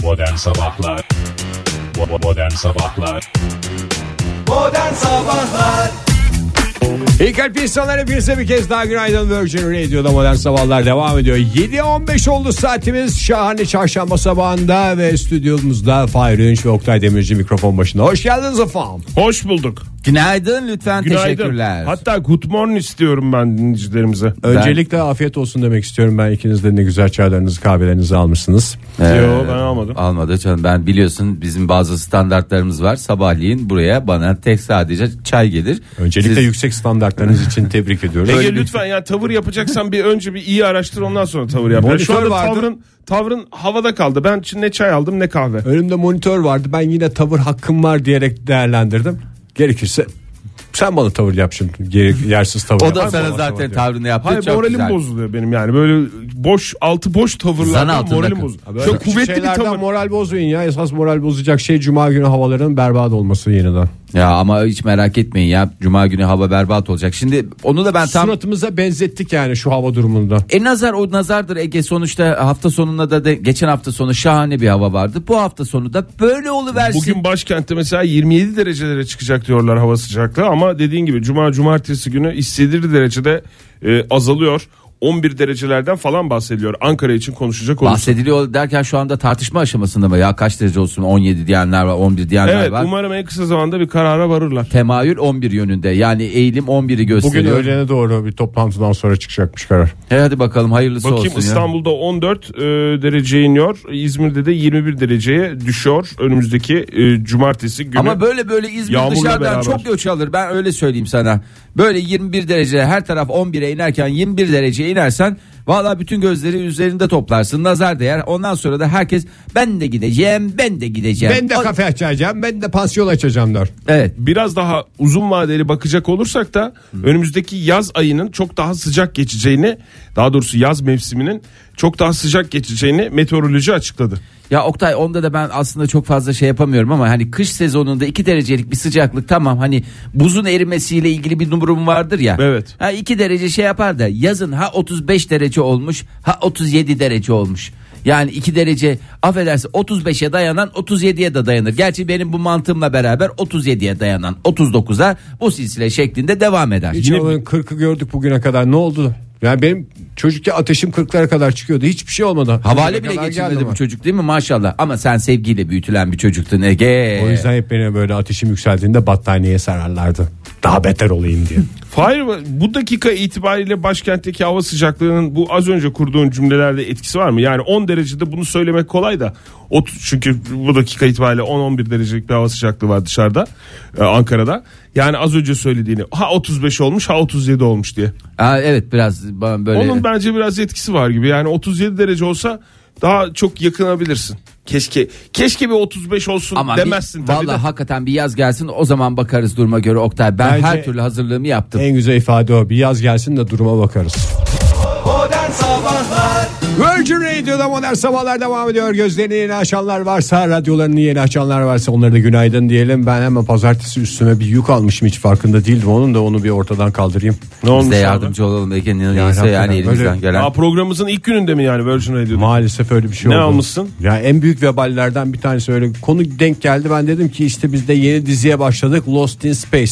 Modern Sabahlar. Modern Sabahlar. Modern Sabahlar. İyi kalp insanlar, hepinize bir kez daha günaydın. Virgin Radio'da Modern Sabahlar devam ediyor. 7.15 oldu saatimiz. Şahane çarşamba sabahında ve stüdyomuzda Fahir Öğünç ve Oktay Demirci mikrofon başında. Hoş geldiniz efendim. Hoş bulduk. Günaydın lütfen. Günaydın. Teşekkürler. Hatta good morning istiyorum ben dinleyicilerimize. Öncelikle afiyet olsun demek istiyorum. Ben ikiniz de ne güzel çaylarınızı, kahvelerinizi almışsınız. Yo, ben almadım. Almadı canım, ben biliyorsun bizim bazı standartlarımız var. Sabahleyin buraya bana tek sadece çay gelir. Öncelikle Siz- yüksek standartlarınız için tebrik ediyorum. Ege Öyle bir- lütfen ya, tavır yapacaksan bir önce bir iyi araştır, ondan sonra tavır yap. Yani şu Monitör anda vardı. tavrın havada kaldı. Ben ne çay aldım ne kahve. Önümde monitör vardı. Ben yine tavır hakkım var diyerek değerlendirdim. Gerekirse sen bana tavır yap şimdi. Yersiz tavır O yap. da Ay, sana bana zaten tavır yap. tavrını yaptı. Hayır, çok moralim güzel. bozuluyor benim yani. Böyle altı boş Zan tavırlardan altında moralim kal. bozuluyor. Böyle Şöyle küçük kuvvetli bir şeylerden tavır. moral bozmayın ya. Esas moral bozacak şey cuma günü havaların berbat olması yeniden. Ya ama hiç merak etmeyin ya. Cuma günü hava berbat olacak. Şimdi onu da ben tam... Suratımıza benzettik yani şu hava durumunda. Nazar o nazardır Ege, sonuçta hafta sonunda da geçen hafta sonu şahane bir hava vardı. Bu hafta sonu da böyle oluversin. Bugün başkentte mesela 27 derecelere çıkacak diyorlar hava sıcaklığı, ama dediğin gibi cumartesi günü hissedilir derecede azalıyor. 11 derecelerden falan bahsediliyor Ankara için konuşacak olursak. bahsediliyor derken şu anda tartışma aşamasında mı? Ya kaç derece olsun, 17 diyenler var, 11 diyenler Evet, var. umarım en kısa zamanda bir karara varırlar. Temayül 11 yönünde, yani eğilim 11'i Bugün gösteriyor. öğlene doğru bir toplantıdan sonra çıkacakmış karar. Hadi bakalım, hayırlısı Bakayım, olsun ya. İstanbul'da 14 dereceye iniyor. İzmir'de de 21 dereceye düşüyor önümüzdeki cumartesi günü. Ama böyle İzmir Yağmurla dışarıdan beraber. çok göç alır, ben öyle söyleyeyim sana. Böyle 21 derece, her taraf 11'e inerken 21 dereceye inersen valla bütün gözleri üzerinde toplarsın, nazar değer. Ondan sonra da herkes ben de gideceğim. Ben de kafe açacağım, ben de pansiyon açacağım der. Evet. Biraz daha uzun vadeli bakacak olursak da önümüzdeki yaz ayının çok daha sıcak geçeceğini, daha doğrusu yaz mevsiminin çok daha sıcak geçeceğini meteoroloji açıkladı. Ya Oktay, onda da ben aslında çok fazla şey yapamıyorum ama hani kış sezonunda 2 derecelik bir sıcaklık, tamam, hani buzun erimesiyle ilgili bir durum vardır ya. Evet. Ha 2 derece şey yapar da yazın ha 35 derece olmuş, ha 37 derece olmuş. Yani 2 derece affedersin 35'e dayanan 37'ye de dayanır. Gerçi benim bu mantığımla beraber 37'ye dayanan 39'a bu silsile şeklinde devam eder. Hiç havaların 40'ı gördük bugüne kadar, ne oldu? Yani benim çocukken ateşim 40'lara kadar çıkıyordu. Hiçbir şey olmadı. Havale Bugüne bile kadar geçirmedi geldi bu ama. çocuk, değil mi, maşallah. Ama sen sevgiyle büyütülen bir çocuktun Ege. O yüzden hep beni böyle ateşim yükseldiğinde battaniyeye sararlardı. Daha beter olayım diye. Fahir, bu dakika itibariyle başkentteki hava sıcaklığının bu az önce kurduğun cümlelerde etkisi var mı? Yani 10 derecede bunu söylemek kolay da çünkü bu dakika itibariyle 10-11 derecelik bir hava sıcaklığı var dışarıda, Ankara'da. Yani az önce söylediğini ha 35 olmuş ha 37 olmuş diye. Evet, biraz böyle. Onun bence biraz etkisi var gibi. Yani 37 derece olsa daha çok yakınabilirsin. Keşke bir 35 olsun Ama demezsin tabii de. vallahi hakikaten bir yaz gelsin, o zaman bakarız duruma göre Oktay. Ben Bence her türlü hazırlığımı yaptım. En güzel ifade o. Bir yaz gelsin de duruma bakarız. Modern Sabahlar. Virgin Radio'da Modern Sabahlar devam ediyor. Gözlerini yeni açanlar varsa, radyolarını yeni açanlar varsa onlara da günaydın diyelim. Ben hemen pazartesi üstüme bir yük almışım, hiç farkında değildim. Onu bir ortadan kaldırayım. Ne olmuş Biz de abi? yardımcı olalım Ege, neyse hakikaten yani elimizden öyle. gelen. Programımızın ilk gününde mi yani Virgin Radio'da? Maalesef öyle bir şey Ne oldu. almışsın? Ya en büyük veballerden bir tanesi öyle. Konu denk geldi, ben dedim ki işte biz de yeni diziye başladık, Lost in Space.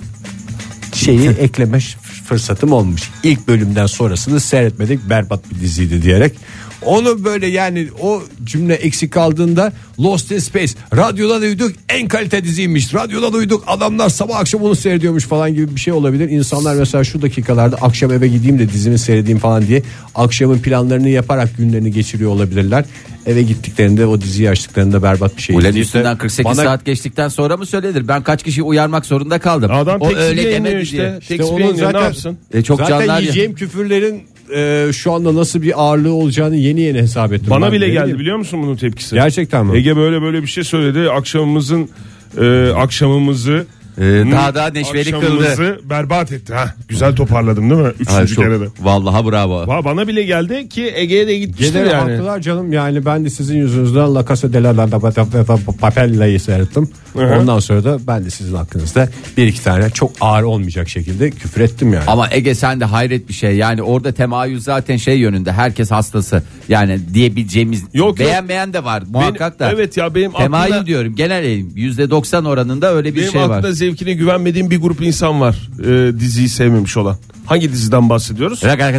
Şeyi ekleme fırsatım olmuş. İlk bölümden sonrasını seyretmedik, berbat bir diziydi diyerek. Onu böyle, yani o cümle eksik kaldığında Lost in Space radyoda duyduk, en kalite diziymiş, radyoda duyduk, adamlar sabah akşam onu seyrediyormuş falan gibi bir şey olabilir. İnsanlar mesela şu dakikalarda akşam eve gideyim de dizimi seyredeyim falan diye akşamın planlarını yaparak günlerini geçiriyor olabilirler. Eve gittiklerinde o diziyi açtıklarında berbat bir şey. Ulan İşte üstünden 48 bana- saat geçtikten sonra mı söylenir? Ben kaç kişiyi uyarmak zorunda kaldım. Adam O tek öyle yayınlıyor demedi işte. diye. Tek onu yayınlıyor, ne zaten- yapsın? Çok Zaten canlar ya. yiyeceğim küfürlerin şu anda nasıl bir ağırlığı olacağını yeni hesap ettim. Bana Ben bile ne geldi, bileyim. biliyor musun bunun tepkisi? Gerçekten mi? Ege böyle bir şey söyledi. Akşamımızı Daha neşveli kıldı. Akşamımızı berbat etti. Güzel toparladım değil mi? Üçüncü Çok, kere de. vallahi bravo. Bana bile geldi ki Ege'ye de gitmiştir Gene yani. haklılar canım, yani ben de sizin yüzünüzden La Casa de la Papel'la'yı seyrettim. Ondan sonra da ben de sizin hakkınızda bir iki tane çok ağır olmayacak şekilde küfür ettim yani. Ama Ege sen de hayret bir şey. Yani orada temayüz zaten şey yönünde. Herkes hastası. Yani diyebileceğimiz Yok. beğenmeyen de var muhakkak da. Evet ya, benim temayül aklımda, diyorum. Genel %90 oranında öyle bir benim şey var. aklımda zevkine güvenmediğim bir grup insan var. Diziyi sevmemiş olan. Hangi diziden bahsediyoruz?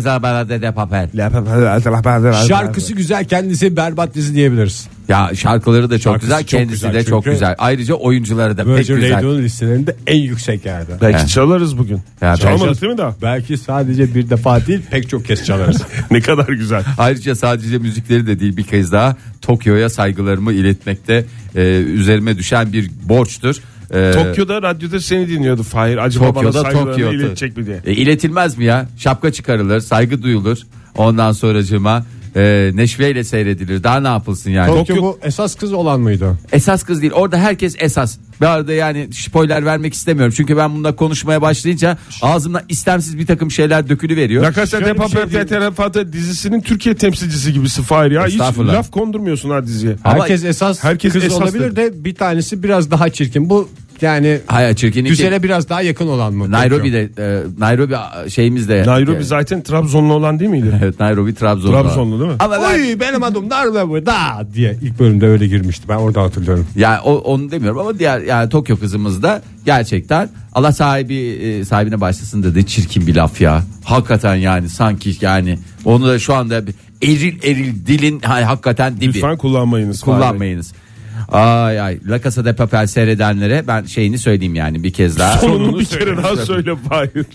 Şarkısı güzel, kendisi berbat dizi diyebiliriz. Ya şarkıları da çok Şarkısı güzel, çok kendisi güzel de çok çünkü güzel. Ayrıca oyuncuları da pek Virgin güzel. Radio'nun listelerinde en yüksek yerde. Belki He. çalarız bugün. Ya, Çalmadık değil mi daha? Belki sadece bir defa değil, pek çok kez çalarız. Ne kadar güzel. Ayrıca sadece müzikleri de değil, bir kez daha Tokyo'ya saygılarımı iletmekte üzerime düşen bir borçtur. Tokyo'da radyoda seni dinliyordu Fahir. Acaba Tokyo'da bana saygılarını iletecek mi diye. İletilmez mi ya? Şapka çıkarılır, saygı duyulur. Ondan sonracığıma neşveyle seyredilir. Daha ne yapılsın yani? Tokyo bu esas kız olan mıydı? Esas kız değil. Orada herkes esas. Bu arada yani spoiler vermek istemiyorum. Çünkü ben bunda konuşmaya başlayınca ağzımdan istemsiz bir takım şeyler dökülüveriyor. La Casa de Şöyle bir şey Papel diyeyim. Tetelefata dizisinin Türkiye temsilcisi gibisin Fahir ya. Hiç Estağfurullah. laf kondurmuyorsun ha diziye. Ama Herkes esas herkes kız esas olabilir de bir tanesi biraz daha çirkin. Bu yani Hayır, çirkinlik güzele biraz daha yakın olan mı? Nairobi'de Nairobi şeyimizde. Nairobi zaten Trabzonlu olan değil miydi? Evet, Nairobi Trabzon'da. Trabzonlu değil mi? Ama ben, Oy benim adım Nairobi da diye ilk bölümde öyle girmişti. Ben oradan hatırlıyorum. yani onu demiyorum ama diğer yani Tokyo kızımız da gerçekten Allah sahibine başlasın dedi, çirkin bir laf ya. Hakikaten yani sanki yani onu da şu anda eril dilin hakikaten dibi. Lütfen kullanmayınız. Fahir Bey. Kullanmayınız. Ay La Casa de Papel seyredenlere ben şeyini söyleyeyim yani bir kez daha. Sonunu bir kere daha söyle Fahir.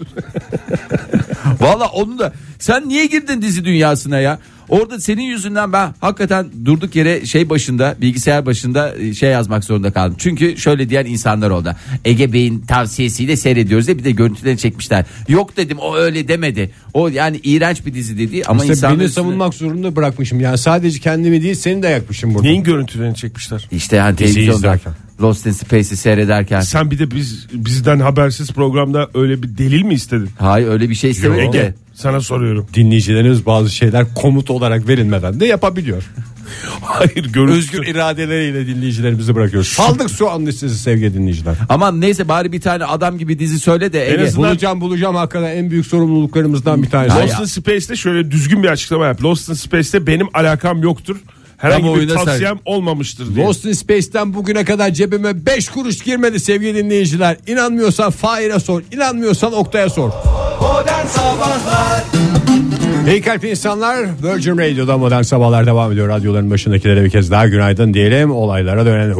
Valla onu da sen niye girdin dizi dünyasına ya? Orada senin yüzünden ben hakikaten durduk yere bilgisayar başında şey yazmak zorunda kaldım. Çünkü şöyle diyen insanlar oldu. Ege Bey'in tavsiyesiyle seyrediyoruz ya, bir de görüntülerini çekmişler. Yok dedim, o öyle demedi. O yani iğrenç bir dizi dedi ama İşte insanlar beni üstüne... savunmak zorunda bırakmışım. Yani sadece kendimi değil, seni de yakmışım burada. Neyin görüntülerini çekmişler? İşte yani Diziyi televizyonda izlerken. Lost in Space'i seyrederken. Sen bir de bizden habersiz programda öyle bir delil mi istedin? Hayır, öyle bir şey istemedim Ege, de. sana soruyorum. Dinleyicilerimiz bazı şeyler komut olarak verilmeden de yapabiliyor. Hayır, görüntü. Özgür iradeleriyle dinleyicilerimizi bırakıyoruz. Saldık şu an sizi sevgili dinleyiciler. Aman neyse, bari bir tane adam gibi dizi söyle de Ege. azından- Bulacağım hakikaten en büyük sorumluluklarımızdan bir tanesi. Lost in Space'te şöyle düzgün bir açıklama yap. Lost in Space'te benim alakam yoktur. Herhangi Ama bir oyuna tavsiyem olmamıştır diye. Lost in Space'ten bugüne kadar cebime 5 kuruş girmedi sevgili dinleyiciler. İnanmıyorsan Fahir'e sor, inanmıyorsan Oktay'a sor. Modern Sabahlar İyi kalp insanlar, Virgin Radio'da Modern Sabahlar devam ediyor. Radyoların başındakilere bir kez daha günaydın diyelim, olaylara dönelim.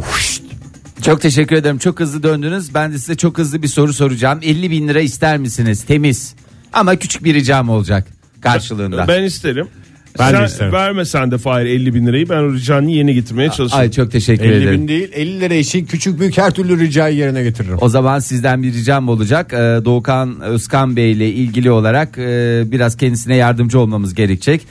Çok teşekkür ederim, çok hızlı döndünüz. Ben de size çok hızlı bir soru soracağım. 50 bin lira ister misiniz? Temiz ama küçük bir ricam olacak karşılığında. Ben isterim. Ben de Sen isterim. vermesen de Fahir 50 bin lirayı, ben o ricanı yeni getirmeye çalışırım. Ay çok teşekkür 50 ederim. bin değil, 50 lira için küçük büyük her türlü ricayı yerine getiririm. O zaman sizden bir ricam olacak. Doğukan Özkan Bey ile ilgili olarak biraz kendisine yardımcı olmamız gerekecek.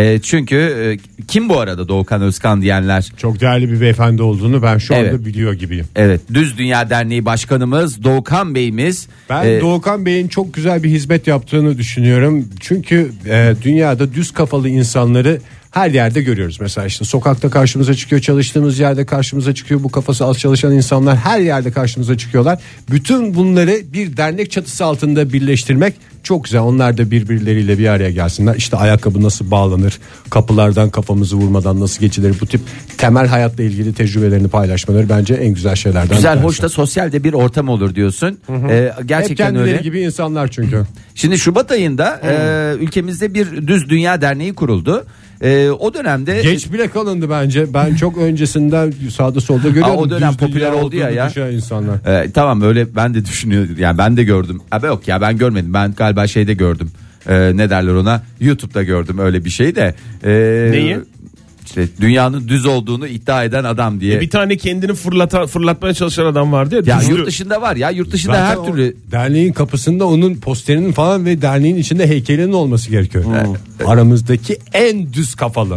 Çünkü kim bu arada Doğukan Özkan diyenler? Çok değerli bir beyefendi olduğunu ben şu anda Evet. biliyor gibiyim. Evet, Düz Dünya Derneği Başkanımız Doğukan Bey'imiz. Ben Doğukan Bey'in çok güzel bir hizmet yaptığını düşünüyorum. Çünkü dünyada düz kafalı insanları her yerde görüyoruz. Mesela işte sokakta karşımıza çıkıyor, çalıştığımız yerde karşımıza çıkıyor. Bu kafası az çalışan insanlar her yerde karşımıza çıkıyorlar. Bütün bunları bir dernek çatısı altında birleştirmek çok güzel. Onlar da birbirleriyle bir araya gelsinler. İşte ayakkabı nasıl bağlanır, kapılardan kafamızı vurmadan nasıl geçilir, bu tip temel hayatla ilgili tecrübelerini paylaşmaları bence en güzel şeylerden. Güzel, bir hoş tanesi. da sosyal de bir ortam olur diyorsun. Hep Gerçekten kendileri öyle. gibi insanlar çünkü. Şimdi Şubat ayında ülkemizde bir Düz Dünya Derneği kuruldu. O dönemde Geç bile kalındı bence. Ben çok öncesinden sağda solda görüyordum. o dönem Düz dünya popüler oldu ya oturdu ya. düşen insanlar. Tamam, öyle ben de düşünüyorum. Yani ben de gördüm. Abi yok ya, ben görmedim. Ben galiba şeyde gördüm. Ne derler ona? YouTube'da gördüm öyle bir şey de. Neyi? İşte dünyanın düz olduğunu iddia eden adam diye. Bir tane kendini fırlatmaya çalışan adam vardı ya. Ya düzdü. yurt dışında var ya, yurt dışında Zaten her o türlü. derneğin kapısında onun posterinin falan ve derneğin içinde heykelinin olması gerekiyor. Aramızdaki en düz kafalı.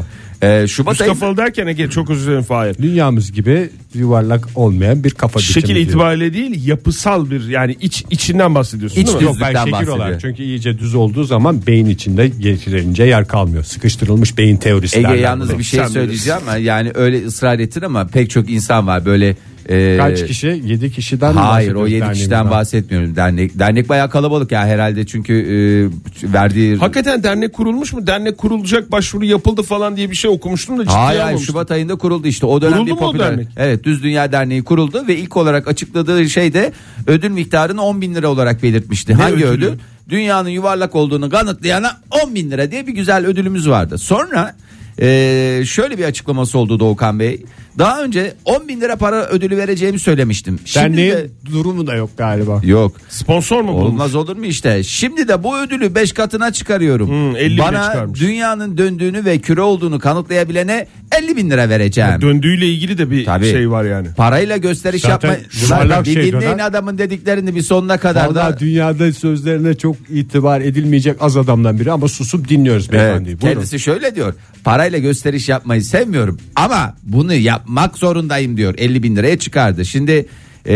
Şubat Düz ayında kafalı derken Ege çok özür dilerim Fahir. Dünyamız gibi yuvarlak olmayan bir kafa biçimi. Şekil itibariyle değil, yapısal bir, yani içinden bahsediyorsun İç değil mi? Yok, ben düzlükten şekil bahsediyor. olarak, çünkü iyice düz olduğu zaman beyin içinde yeterince yer kalmıyor. Sıkıştırılmış beyin teorisi Ege derler yalnız buna. bir şey Sen söyleyeceğim ama yani öyle ısrar ettin ama pek çok insan var böyle. Kaç kişi? 7 kişiden mi Hayır, o bahsediyoruz 7 kişiden derneğimizden? bahsetmiyorum. Dernek bayağı kalabalık ya herhalde, çünkü verdiği... Hakikaten dernek kurulmuş mu? Dernek kurulacak, başvuru yapıldı falan diye bir şey okumuştum da ciddiye Hayır, almamıştım. Şubat ayında kuruldu işte. O dönem Kuruldu bir mu o popüler. dernek? Evet, Düz Dünya Derneği kuruldu ve ilk olarak açıkladığı şey de ödül miktarını 10.000 lira olarak belirtmişti. Hangi ödülü? ödül? Dünyanın yuvarlak olduğunu kanıtlayana 10.000 lira diye bir güzel ödülümüz vardı. Sonra şöyle bir açıklaması oldu Doğukan Bey. Daha önce 10.000 lira para ödülü vereceğimi söylemiştim. Şimdi Derneğin de... durumu da yok galiba. Yok. Sponsor mu bulmuş? Olmaz olur mu işte. Şimdi de bu ödülü 5 katına çıkarıyorum. 50 bile Bana çıkarmış. dünyanın döndüğünü ve küre olduğunu kanıtlayabilene 50.000 lira vereceğim. Döndüğüyle ilgili de bir Tabii. şey var yani. Parayla gösteriş Zaten yapma. yuvarlak Bir şey dinleyin dönen- adamın dediklerini bir sonuna kadar Vallahi da. dünyada sözlerine çok itibar edilmeyecek az adamdan biri ama susup dinliyoruz beyefendi. Evet, Buyurun. kendisi şöyle diyor: parayla gösteriş yapmayı sevmiyorum ama bunu yapmak zorundayım diyor. 50.000 liraya çıkardı. Şimdi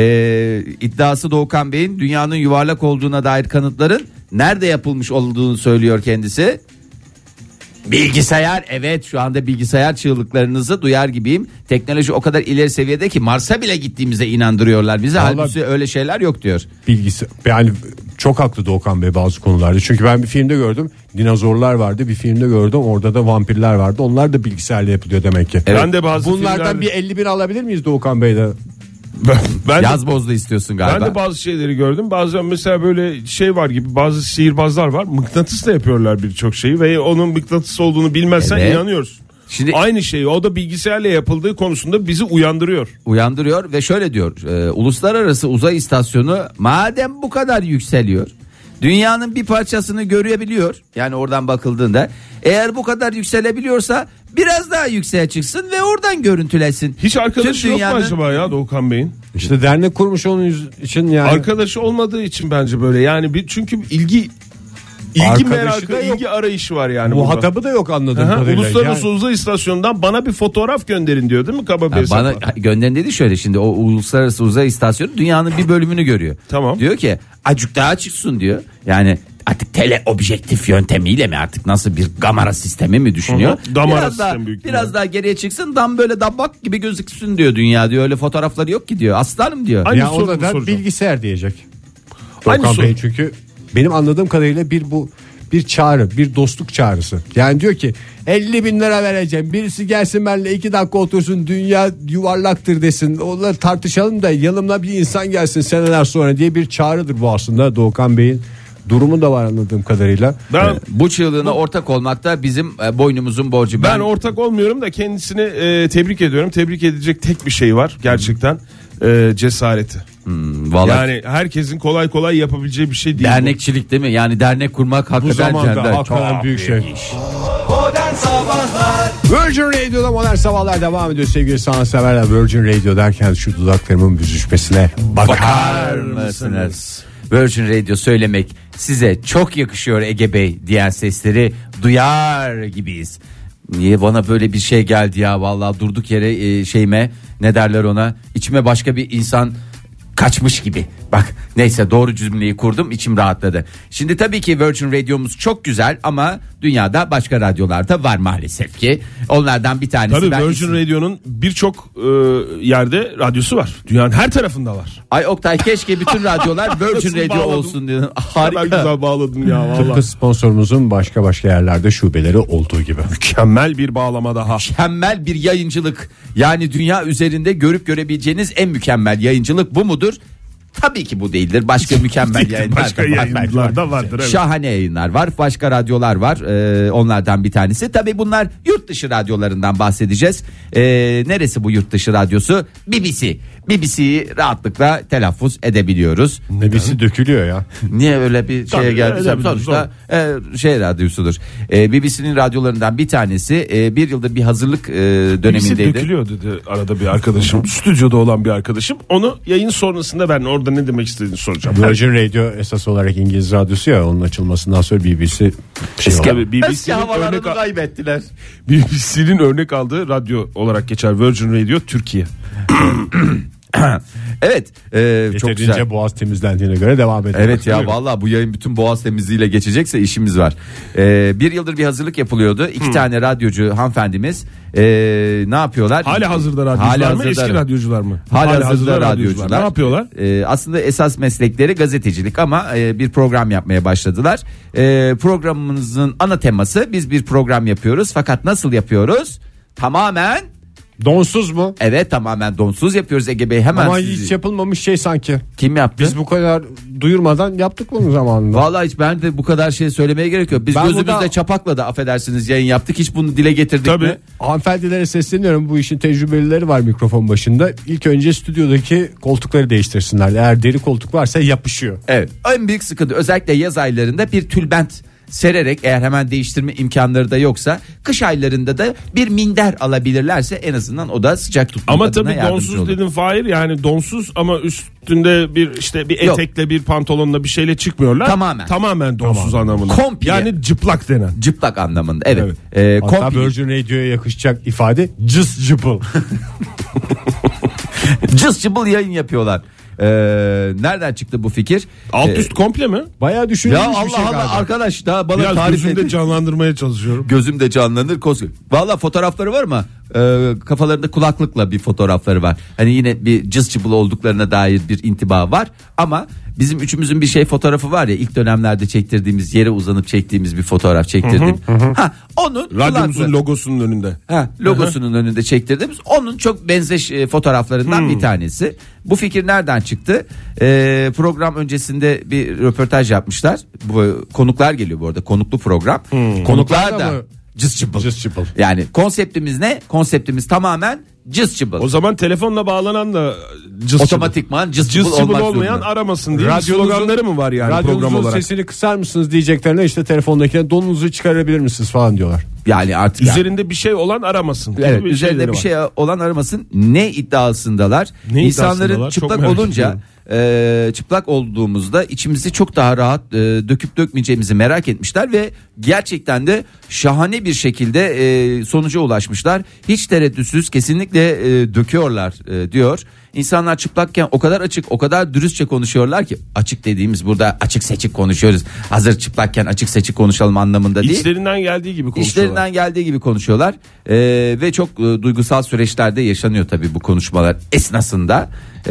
iddiası Doğukan Bey'in dünyanın yuvarlak olduğuna dair kanıtların nerede yapılmış olduğunu söylüyor kendisi. Bilgisayar, evet, şu anda bilgisayar çığlıklarınızı duyar gibiyim. Teknoloji o kadar ileri seviyede ki Mars'a bile gittiğimize inandırıyorlar bizi. Vallahi- Halbuki öyle şeyler yok diyor. Bilgisi, yani çok haklı Doğukan Bey bazı konularda. Çünkü ben bir filmde gördüm. Dinozorlar vardı. Bir filmde gördüm. Orada da vampirler vardı. Onlar da bilgisayarla yapılıyor demek ki. Evet. Ben de bazı Bunlardan bir 50 bin alabilir miyiz Doğukan Bey'de? ben de, Yaz bozdu istiyorsun ben galiba. de bazı şeyleri gördüm. Bazen mesela böyle şey var gibi, bazı sihirbazlar var. Mıknatısla yapıyorlar birçok şeyi ve onun mıknatıs olduğunu bilmezsen Evet. inanıyorsun. Şimdi- Aynı şeyi o da bilgisayarla yapıldığı konusunda bizi uyandırıyor. Ve şöyle diyor: uluslararası uzay istasyonu madem bu kadar yükseliyor, dünyanın bir parçasını görebiliyor, yani oradan bakıldığında eğer bu kadar yükselebiliyorsa biraz daha yükseğe çıksın ve oradan görüntülesin. Hiç arkadaşı Tüm yok mu dünyanın- acaba ya Doğukan Bey'in? İşte dernek kurmuş onun için yani. Arkadaşı olmadığı için bence böyle. Yani çünkü ilgi Arkadaşı merakı, da yok. ilgi arayışı var yani burada. Muhatabı da yok anladığım Aha, kadarıyla. Uluslararası Yani- Uzay İstasyonu'ndan bana bir fotoğraf gönderin diyor değil mi kaba bir Ha, bana hesapla? gönderin dedi şöyle, şimdi o uluslararası uzay istasyonu dünyanın bir bölümünü görüyor. Tamam. Diyor ki acık daha çıksın diyor. Yani artık teleobjektif yöntemiyle mi, artık nasıl bir kamera sistemi mi düşünüyor? Hı hı. Damara Biraz daha, sistemi büyük ihtimalle. biraz daha geriye çıksın, tam böyle dabak gibi gözüksün diyor dünya diyor. Öyle fotoğrafları yok ki diyor. Aslanım diyor. Aynı Ya sorumu ona da soracağım. bilgisayar diyecek. Aynı Doğukan soru. Bey, çünkü benim anladığım kadarıyla bir çağrı, bir dostluk çağrısı. Yani diyor ki 50 bin lira vereceğim. Birisi gelsin benimle 2 dakika otursun, dünya yuvarlaktır desin. Onları tartışalım da yanımda bir insan gelsin seneler sonra diye bir çağrıdır bu aslında. Doğukan Bey'in durumu da var anladığım kadarıyla. Ben Bu çığlığına ortak olmak da bizim boynumuzun borcu. ben ortak olmuyorum da kendisini tebrik ediyorum. Tebrik edecek tek bir şey var gerçekten. Cesareti. Vallahi Yani herkesin kolay kolay yapabileceği bir şey değil. dernekçilik değil mi? Yani dernek kurmak Bu hakikaten zamanda cennet. hakikaten büyük şey. Modern Sabahlar Virgin Radio'da Modern Sabahlar devam ediyor sevgili sanatseverler. Virgin Radio derken şu dudaklarımın büzüşmesine bakar mısınız? Virgin Radio söylemek size çok yakışıyor Ege Bey diyen sesleri duyar gibiyiz. Niye bana böyle bir şey geldi ya, vallahi durduk yere şeyime, ne derler ona, içime başka bir insan kaçmış gibi. Bak neyse, doğru cümleyi kurdum, içim rahatladı. Şimdi tabii ki Virgin Radyo'muz çok güzel ama dünyada başka radyolarda var maalesef ki. Onlardan bir tanesi. Tabii ben Virgin Radio'nun birçok yerde radyosu var. Dünyanın her tarafında var. Ay Oktay, keşke bütün radyolar Virgin Nasıl Radio bağladın? olsun diyor. Ne kadar Harika. güzel bağladın ya Tıpkı vallahi. sponsorumuzun başka yerlerde şubeleri olduğu gibi. Mükemmel bir bağlama daha. Mükemmel bir yayıncılık. Yani dünya üzerinde görüp görebileceğiniz en mükemmel yayıncılık bu mudur? Tabii ki bu değildir. Başka mükemmel yayınlar Başka da var. yayınlar da vardır. Evet. Şahane yayınlar var. Başka radyolar var. Onlardan bir tanesi. Tabii bunlar yurt dışı radyolarından bahsedeceğiz. Neresi bu yurt dışı radyosu? BBC. BBC'yi rahatlıkla telaffuz edebiliyoruz. Nebisi dökülüyor ya. Niye öyle bir şeye Tabii, geldi? öyle Sonuçta şey radyosudur. BBC'nin radyolarından bir tanesi. Bir yıldır bir hazırlık Birisi dönemindeydi. dökülüyor dedi arada bir arkadaşım. Stüdyoda olan bir arkadaşım. Onu yayın sonrasında ben orada orada ne demek istediğini soracağım. Virgin Radio esas olarak İngiliz radyosu ya, onun açılmasından sonra BBC Tabii Eski havalarını kaybettiler. BBC'nin örnek aldığı radyo olarak geçer Virgin Radio Türkiye. Evet, çok güzel. Yeterince boğaz temizlendiğine göre devam edelim. Evet ya, vallahi bu yayın bütün boğaz temizliğiyle geçecekse işimiz var. Bir yıldır bir hazırlık yapılıyordu. İki tane radyocu hanımefendimiz ne yapıyorlar? Hala hazırda radyocular mı, eski radyocular mı? Hala hazırda radyocular. Ne yapıyorlar? Aslında esas meslekleri gazetecilik ama bir program yapmaya başladılar. Programımızın ana teması, biz bir program yapıyoruz fakat nasıl yapıyoruz? Tamamen donsuz mu? Evet, tamamen donsuz yapıyoruz Ege Bey. Hemen ama hiç yapılmamış şey sanki. Kim yaptı? Biz bu kadar duyurmadan yaptık bunun zamanında. Vallahi hiç, ben de bu kadar şey söylemeye gerek yok. Biz gözümüzde çapakla da affedersiniz yayın yaptık. Hiç bunu dile getirdik Tabii. mi? Hanımefendilere sesleniyorum, bu işin tecrübelileri var mikrofon başında. İlk önce stüdyodaki koltukları değiştirsinler. Eğer deri koltuk varsa yapışıyor. Evet. En büyük sıkıntı özellikle yaz aylarında bir tülbent sererek, eğer hemen değiştirme imkanları da yoksa kış aylarında da bir minder alabilirlerse en azından o da sıcak tutmak ama adına tabii yardımcı donsuz olur. dedim Fahir, yani donsuz ama üstünde bir Yok. etekle bir pantolonla bir şeyle çıkmıyorlar. Tamamen donsuz anlamında. Komple. Yani çıplak denen. Cıplak anlamında, evet. Hatta Komple. Virgin Radio'ya yakışacak ifade cız cıpıl. Cız cıbıl yayın yapıyorlar. Nereden çıktı bu fikir? Alt üst komple mi? Bayağı düşünülmüş Ya bir Allah şey Allah galiba. arkadaş, daha bana Biraz tarif gözümde edin. canlandırmaya çalışıyorum. Gözümde canlanır. Valla fotoğrafları var mı? Kafalarında kulaklıkla bir fotoğrafları var. Hani yine bir cız çıbıl olduklarına dair bir intiba var. Ama bizim üçümüzün bir fotoğrafı var ya, ilk dönemlerde çektirdiğimiz, yere uzanıp çektiğimiz bir fotoğraf çektirdim. Onun Radyomuzun kulaklığı. logosunun önünde. Logosunun önünde çektirdiğimiz, onun çok benzeş fotoğraflarından bir tanesi. Bu fikir nereden çıktı? Program öncesinde bir röportaj yapmışlar. Bu konuklar geliyor bu arada, konuklu program. Konuklar da mı? cız çıbıl. Cız çıbıl. Yani konseptimiz ne? Konseptimiz tamamen cız çıbıl. O zaman telefonla bağlanan da cız Otomatikman cız çıbıl çıbıl olmak olmayan zorunda. aramasın diye sloganları mı var yani program radyonuzun olarak? sesini kısar mısınız diyeceklerine işte telefondakine donunuzu çıkarabilir misiniz falan diyorlar. Yani artık Üzerinde bir şey olan aramasın. evet, gibi üzerinde şeyleri bir var. şey olan aramasın. Ne iddiasındalar? Ne İnsanların iddiasındalar? Çok çıplak merak olunca çıplak olduğumuzda içimizi çok daha rahat döküp dökmeyeceğimizi merak etmişler ve gerçekten de şahane bir şekilde sonuca ulaşmışlar. Hiç tereddütsüz kesinlikle döküyorlar diyor. İnsanlar çıplakken o kadar açık, o kadar dürüstçe konuşuyorlar ki, açık dediğimiz burada açık seçik konuşuyoruz. Hazır çıplakken açık seçik konuşalım anlamında değil. İçlerinden geldiği gibi konuşuyorlar. İşlerinden geldiği gibi konuşuyorlar. Ve çok duygusal süreçlerde yaşanıyor tabii bu konuşmalar esnasında.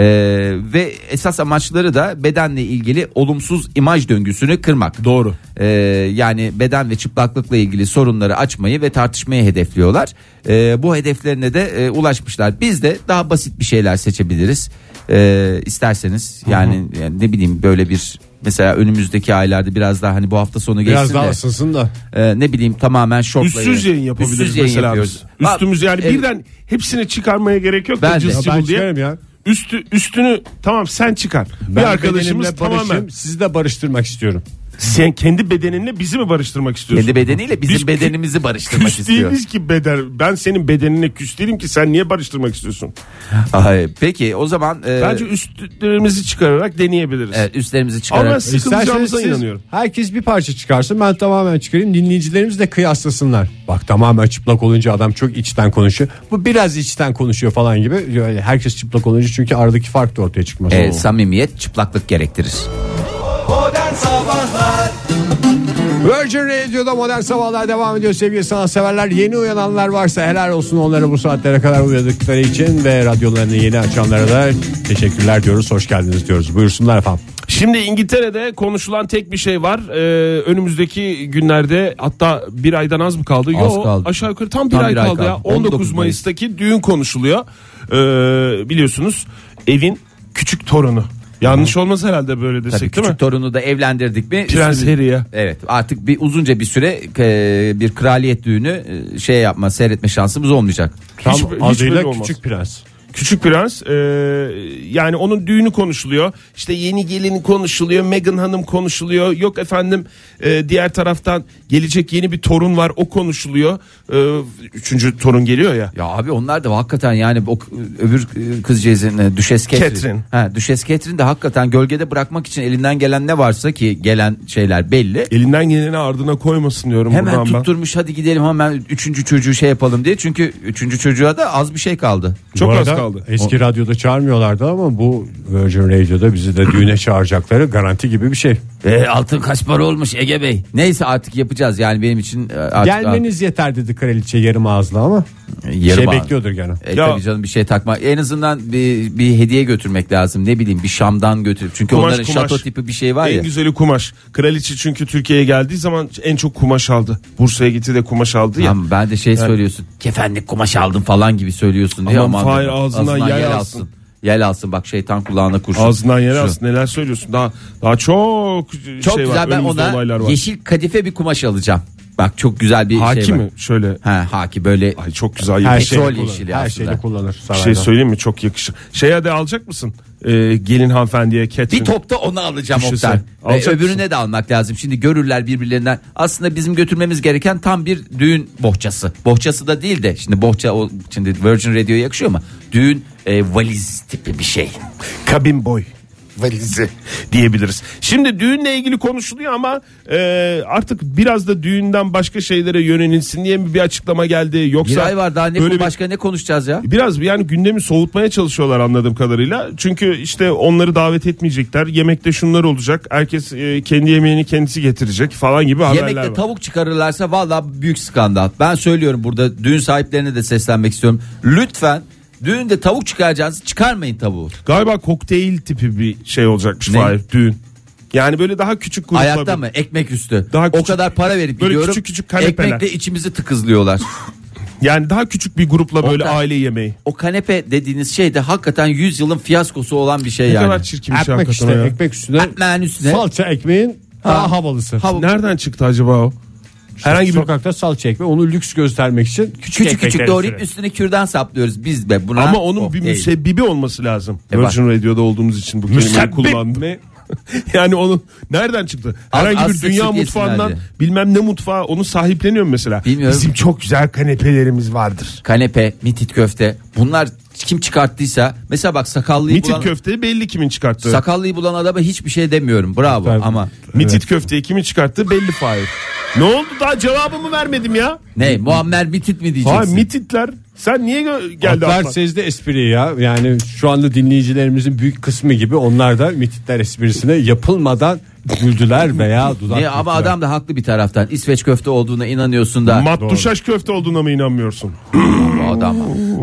Ve esas amaçları da bedenle ilgili olumsuz imaj döngüsünü kırmak. Doğru. Yani beden ve çıplaklıkla ilgili sorunları açmayı ve tartışmayı hedefliyorlar. Bu hedeflerine de ulaşmışlar. Biz de daha basit bir şeyler seçebiliriz. İsterseniz yani ne bileyim, böyle bir mesela önümüzdeki aylarda biraz daha, hani bu hafta sonu geçsin Biraz daha de ısınsın da. ne bileyim tamamen şortla Üstsüz yayın yapabiliriz Üstsüz yayın mesela yapıyoruz. biz. Üstümüz yani Evet. birden hepsini çıkarmaya gerek yok. Ben da de. cız Ya cıbıl ben diye. çıkarım ya. Üstünü tamam sen çıkar. Ben bir arkadaşımız bedenimle barışayım, tamamen. sizi de barıştırmak istiyorum. Sen kendi bedeninle bizi mi barıştırmak istiyorsun? Kendi bedeniyle bizim Biz bedenimizi barıştırmak küs istiyor. değiliz ki beden. Ben senin bedenine küs değilim ki, sen niye barıştırmak istiyorsun? Ay, peki o zaman Bence üstlerimizi çıkararak deneyebiliriz. üstlerimizi Ama ben çıkararak. sıkılacağımıza siz inanıyorum. herkes bir parça çıkarsın, ben tamamen çıkarayım, dinleyicilerimiz de kıyaslasınlar. Bak tamamen çıplak olunca adam çok içten konuşuyor, bu biraz içten konuşuyor falan gibi. Yani herkes çıplak olunca çünkü aradaki fark da ortaya çıkmaz. Samimiyet çıplaklık gerektirir. Modern Sabahlar Virgin Radio'da Modern Sabahlar devam ediyor sevgili sanatseverler. Yeni uyananlar varsa helal olsun onlara, bu saatlere kadar uyandıkları için, ve radyolarını yeni açanlara da teşekkürler diyoruz, hoş geldiniz diyoruz. Buyursunlar efendim. Şimdi İngiltere'de konuşulan tek bir şey var. Önümüzdeki günlerde, hatta bir aydan az mı kaldı? Az kaldı. Aşağı yukarı tam bir ay kaldı ya. 19 Mayıs'taki düğün konuşuluyor. Biliyorsunuz evin küçük torunu. Yanlış olmaz herhalde böyle desek, Tabii değil mi? küçük torunu da evlendirdik mi? Prens Harry'e. Evet, artık uzunca bir süre bir kraliyet düğünü seyretme şansımız olmayacak. Tam hiç adıyla böyle olmaz. Küçük Prens. Küçük Prens yani onun düğünü konuşuluyor. İşte yeni gelin konuşuluyor. Meghan Hanım konuşuluyor. Yok efendim diğer taraftan gelecek yeni bir torun var, o konuşuluyor. 3. torun geliyor ya. Ya abi onlar da hakikaten yani o öbür kızcağızın Düşes Catherine. Düşes Catherine de hakikaten gölgede bırakmak için elinden gelen ne varsa ki gelen şeyler belli. Elinden geleni ardına koymasın diyorum. Hemen buradan tutturmuş hadi gidelim hemen 3. çocuğu şey yapalım diye. Çünkü 3. çocuğa da az bir şey kaldı. Çok Bu az arada kaldı. Eski radyoda çağırmıyorlardı ama bu Virgin Radio'da bizi de düğüne çağıracakları garanti gibi bir şey. Altın kaç para olmuş Ege Bey? Neyse artık yapacağız yani benim için artık. Gelmeniz yeter dedi kraliçe yarım ağızla ama Yarım şey ağız. bekliyordur gene. Tabii canım bir şey takma. En azından bir hediye götürmek lazım. Ne bileyim bir Şam'dan götürüp. Çünkü onların şato tipi bir şey var ya. En güzeli kumaş. Kraliçe çünkü Türkiye'ye geldiği zaman en çok kumaş aldı. Bursa'ya gitti de kumaş aldı ya. Tamam, ben de söylüyorsun. Kefenlik kumaş aldım falan gibi söylüyorsun diye. Aman Fahir ağzından yel alsın. Yel alsın bak şeytan kulağına kurşun. Ağzından yel alsın. Neler söylüyorsun? Daha çok Çok şey güzel var. ben Önümüzde olaylar ona var. yeşil kadife bir kumaş alacağım. Bak çok güzel bir Haki şey var. mi? Şöyle. Haki böyle. Ay çok güzel. Her yeşil. petrol şeyde yeşili kullanır. Her aslında. şeyde kullanır. Bir sarayda. şey söyleyeyim mi? Çok yakışır. Şeye de alacak mısın? Gelin hanımefendiye Catherine. Bir topta onu alacağım Düşünsene. Oktay. Ve Alacak öbürüne mısın? de almak lazım. Şimdi görürler birbirlerinden. Aslında bizim götürmemiz gereken tam bir düğün bohçası. Bohçası da değil de şimdi bohça şimdi Virgin Radio'ya yakışıyor ama düğün valiz tipi bir şey. Kabin boy valizi diyebiliriz. Şimdi düğünle ilgili konuşuluyor ama artık biraz da düğünden başka şeylere yönelilsin diye mi bir açıklama geldi, yoksa Bir ay var daha ne böyle başka ne konuşacağız ya? biraz yani gündemi soğutmaya çalışıyorlar anladığım kadarıyla. Çünkü işte onları davet etmeyecekler. Yemekte şunlar olacak. Herkes kendi yemeğini kendisi getirecek falan gibi haberler Yemekte var. tavuk çıkarırlarsa valla büyük skandal. Ben söylüyorum burada düğün sahiplerine de seslenmek istiyorum. Lütfen düğünde tavuk çıkaracağınızı çıkarmayın tavuğu. Galiba kokteyl tipi bir şey olacakmış Ne? Fahir, düğün. Yani böyle daha küçük gruplar. Ayakta mı? Ekmek üstü. Daha O küçük- kadar para verip böyle gidiyorum. küçük küçük kanepeler. Ekmekle içimizi tıkızlıyorlar. Yani daha küçük bir grupla böyle Oktay. aile yemeği. O kanepe dediğiniz şey de hakikaten 100 yılın fiyaskosu olan bir şey Ne yani. kadar çirkin bir şey Ekmek hakikaten işte ya. ekmek üstüne Ekmeğin üstüne. salça ekmeğin daha havalısı. Nereden çıktı acaba o? Herhangi bir Sokakta salça ekmeği onu lüks göstermek için Küçük küçük ekmekleri doğrayıp sürer. üstüne kürdan saplıyoruz biz be buna. ama onun bir değil. müsebbibi olması lazım. bak. Virgin Radio'da olduğumuz için bu kelimeyi Müsebbip kullandım. mi? Yani onun nereden çıktı? Az Herhangi bir sık dünya sık mutfağından yesinler bilmem ne mutfağı onu sahipleniyor mu mesela? Bilmiyorum. Bizim çok güzel kanepelerimiz vardır. Kanepe, mitit köfte. Bunlar kim çıkarttıysa mesela bak sakallıyı Mitit bulan köfteyi belli kimin çıkarttığı. sakallıyı bulan adama hiçbir şey demiyorum. Bravo Tabii. ama Mitit köfteyi kimin çıkarttığı belli Fahir. Ne oldu, daha cevabımı vermedim ya. ne Muammer mitit mi diyeceksin? Fahir mititler. Sen niye geldi Atlar aklına? sezdi espriyi ya. Yani şu anda dinleyicilerimizin büyük kısmı gibi onlar da mititler esprisine yapılmadan güldüler veya dudak Niye? Ama büktüler. adam da haklı bir taraftan. İsveç köfte olduğuna inanıyorsun da. Mattuşaş köfte olduğuna mı inanmıyorsun? Bu adam.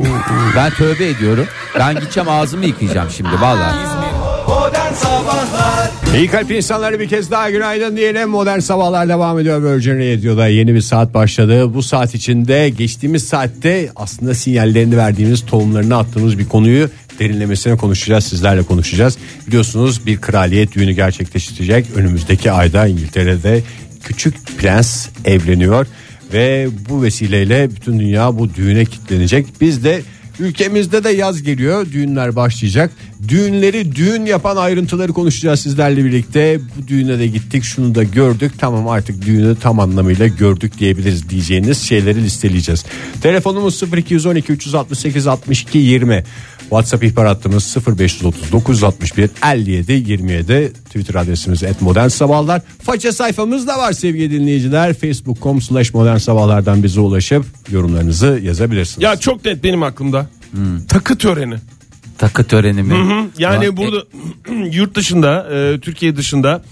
Ben tövbe ediyorum. Ben gideceğim ağzımı yıkayacağım şimdi vallahi. Modern Sabahlar İyi kalp insanlara bir kez daha günaydın diyelim. Modern Sabahlar devam ediyor Virgin Radio'da. Yeni bir saat başladı. Bu saat içinde geçtiğimiz saatte aslında sinyallerini verdiğimiz, tohumlarını attığımız bir konuyu derinlemesine konuşacağız. Sizlerle konuşacağız. Biliyorsunuz bir kraliyet düğünü gerçekleştirecek. Önümüzdeki ayda İngiltere'de Küçük Prens evleniyor. Ve bu vesileyle bütün dünya bu düğüne kilitlenecek. Biz de ülkemizde de yaz geliyor, düğünler başlayacak. Düğünleri düğün yapan ayrıntıları konuşacağız sizlerle birlikte. Bu düğüne de gittik, şunu da gördük. Tamam, artık düğünü tam anlamıyla gördük diyebiliriz diyeceğiniz şeyleri listeleyeceğiz. Telefonumuz 0212 368 62 20. WhatsApp ihbar hattımız 0530 61 57 27. Twitter adresimiz @modernsabahlar. Faça sayfamız da var sevgili dinleyiciler. Facebook.com/modernsabahlardan bize ulaşıp yorumlarınızı yazabilirsiniz. Ya çok net benim aklımda. Takı töreni. Takı töreni mi? Yani Ulan, burada yurt dışında, Türkiye dışında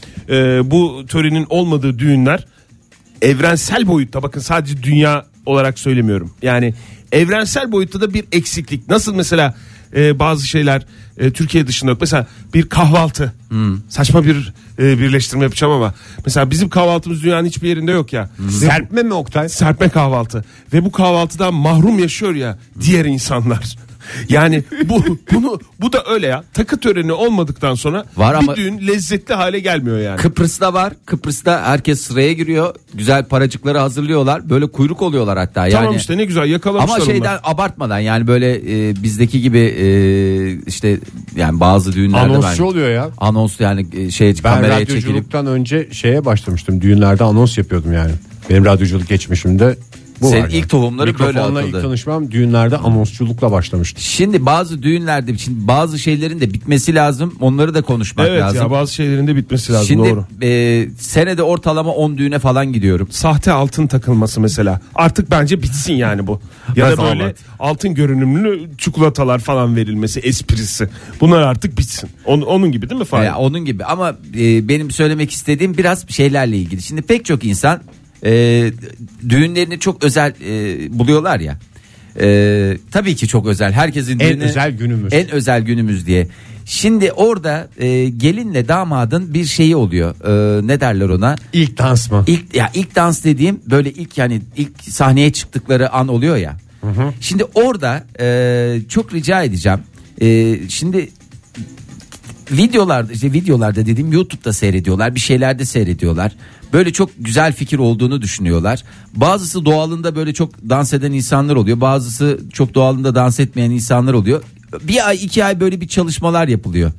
bu törenin olmadığı düğünler evrensel boyutta, bakın sadece dünya olarak söylemiyorum. Yani evrensel boyutta da bir eksiklik. Nasıl mesela bazı şeyler Türkiye dışında yok. Mesela bir kahvaltı. Saçma bir birleştirme yapacağım ama mesela bizim kahvaltımız dünyanın hiçbir yerinde yok ya. Serpme mi Oktay? Serpme kahvaltı. Ve bu kahvaltıdan mahrum yaşıyor ya diğer insanlar. Yani bu da öyle ya. Takı töreni olmadıktan sonra Var bir ama- düğün lezzetli hale gelmiyor yani. Kıbrıs'ta var. Kıbrıs'ta herkes sıraya giriyor. Güzel paracıkları hazırlıyorlar. Böyle kuyruk oluyorlar hatta. Yani. Tamam işte ne güzel yakalamışlar Ama şeyden abartmadan yani böyle bizdeki gibi işte yani bazı düğünlerde Anonsçu oluyor ya. Anons yani Ben kameraya çekilip radyoculuktan önce şeye başlamıştım. Düğünlerde anons yapıyordum yani. Benim radyoculuk geçmişimde bu Senin var ilk tohumları böyle Mikrofonla atıldı. ilk tanışmam düğünlerde anonsçulukla başlamıştı. şimdi bazı düğünlerde şimdi bazı şeylerin de bitmesi lazım. Onları da konuşmak Evet lazım. ya bazı şeylerin de bitmesi lazım, Şimdi doğru. senede ortalama 10 düğüne falan gidiyorum. Sahte altın takılması mesela. Artık bence bitsin yani bu. Ya da Nasıl böyle ama? altın görünümlü çikolatalar falan verilmesi, esprisi. Bunlar artık bitsin. Onun gibi değil mi Fahir? Onun gibi ama benim söylemek istediğim biraz şeylerle ilgili. Şimdi pek çok insan düğünlerini çok özel buluyorlar ya. Tabii ki çok özel. Herkesin En düğünü özel günümüz. En özel günümüz diye. Şimdi orada gelinle damadın bir şeyi oluyor. Ne derler ona? İlk dans mı? İlk dans dediğim böyle ilk sahneye çıktıkları an oluyor ya. Şimdi orada çok rica edeceğim. Şimdi videolarda dediğim YouTube'da seyrediyorlar, bir şeylerde seyrediyorlar. Böyle çok güzel fikir olduğunu düşünüyorlar. Bazısı doğalında böyle çok dans eden insanlar oluyor. Bazısı çok doğalında dans etmeyen insanlar oluyor. Bir ay 2 ay böyle bir çalışmalar yapılıyor.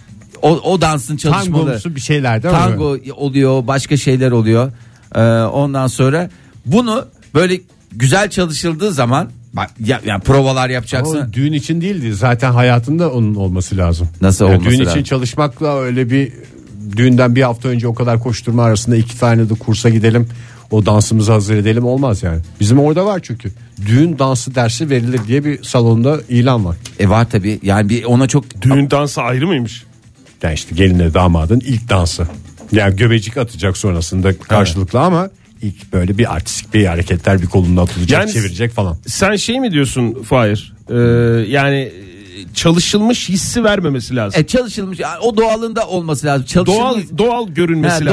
O dansın çalışmaları. Tangomsu bir şeyler değil mi? Tango oluyor, başka şeyler oluyor. Ondan sonra bunu böyle güzel çalışıldığı zaman yani provalar yapacaksın. Ama düğün için değildi. Zaten hayatında onun olması lazım. Nasıl Yani olması düğün lazım? için çalışmakla öyle bir düğünden bir hafta önce o kadar koşturma arasında 2 tane de kursa gidelim. O dansımızı hazır edelim olmaz yani. Bizim orada var çünkü. Düğün dansı dersi verilir diye bir salonda ilan var. Var tabii. Yani bir ona çok Düğün dansı ayrı mıymış? Yani işte gelinle damadın ilk dansı. Yani göbecik atacak sonrasında karşılıklı ama ilk böyle bir artistik bir hareketler, bir kolunu atılacak, Yani çevirecek falan. Sen şey mi diyorsun Fahir? Yani çalışılmış hissi vermemesi lazım. çalışılmış o doğalında olması lazım. Çalışılmış, Doğal görünmesi lazım.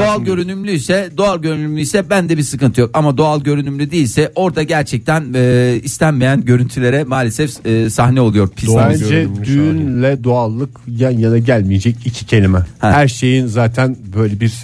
doğal görünümlüyse bende bir sıkıntı yok ama doğal görünümlü değilse orada gerçekten istenmeyen görüntülere maalesef sahne oluyor. Bence görünümlü düğünle doğallık yan yana gelmeyecek iki kelime. Her şeyin zaten böyle bir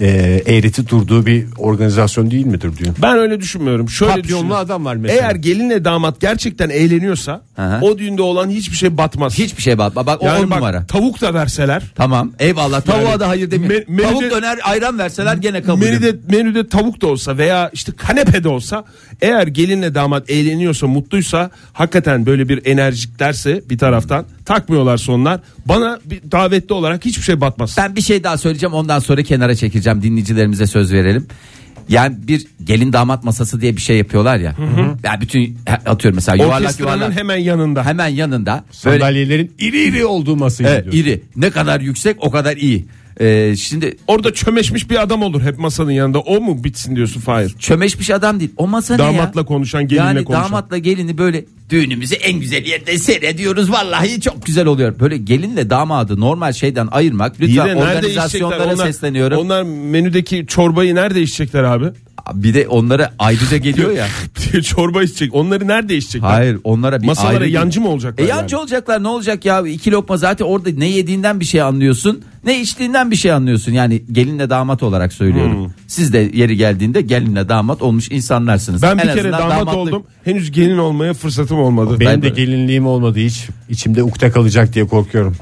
eğreti durduğu bir organizasyon değil midir düğün? Ben öyle düşünmüyorum. Şöyle Papyonlu düşünüyorum. adam var mesela. Eğer gelinle damat gerçekten eğleniyorsa Hı. o düğünde olan hiçbir şey batmaz. Hiçbir şey bak o yani 10 numara. Tavuk da verseler. Tamam eyvallah tavuğa da hayır demiyorum. menüde- Tavuk döner ayran verseler gene kabul Menüde tavuk da olsa veya işte kanepe de olsa eğer gelinle damat eğleniyorsa, mutluysa, hakikaten böyle bir enerjiklerse bir taraftan takmıyorlarsa onlar, bana bir davetli olarak hiçbir şey batmaz. Ben bir şey daha söyleyeceğim ondan sonra kenara çekeceğim, dinleyicilerimize söz verelim. Yani bir gelin damat masası diye bir şey yapıyorlar ya. Yani bütün atıyorum mesela Orkestranın hemen yanında. hemen yanında böyle Sandalyelerin iri iri olduğu masayı diyor. iri, ne kadar yüksek o kadar iyi. Şimdi Orada çömeşmiş bir adam olur hep masanın yanında. O mu bitsin diyorsun Fahir? çömeşmiş adam değil. O masa ne ya? Damatla konuşan, gelinle yani konuşan. damatla gelini böyle düğünümüzü en güzel yerde seyrediyoruz. Vallahi çok güzel oluyor. Böyle gelinle damadı normal şeyden ayırmak. İyi Lütfen de nerede organizasyonlara içecekler? sesleniyorum. Onlar menüdeki çorbayı nerede içecekler abi? Bir de onlara ayrıca geliyor ya. Çorba içecek. Onları nerede içecekler? Hayır onlara bir Masalara ayrı yancı mı olacaklar? yancı olacaklar, ne olacak ya, 2 lokma zaten orada ne yediğinden bir şey anlıyorsun, ne içtiğinden bir şey anlıyorsun. Yani gelinle damat olarak söylüyorum. Siz de yeri geldiğinde gelinle damat olmuş insanlarsınız. Ben bir En kere azından damat damatlık- oldum. Henüz gelin olmaya fırsatım olmadı. Benim de gelinliğim olmadı hiç. İçimde ukde kalacak diye korkuyorum.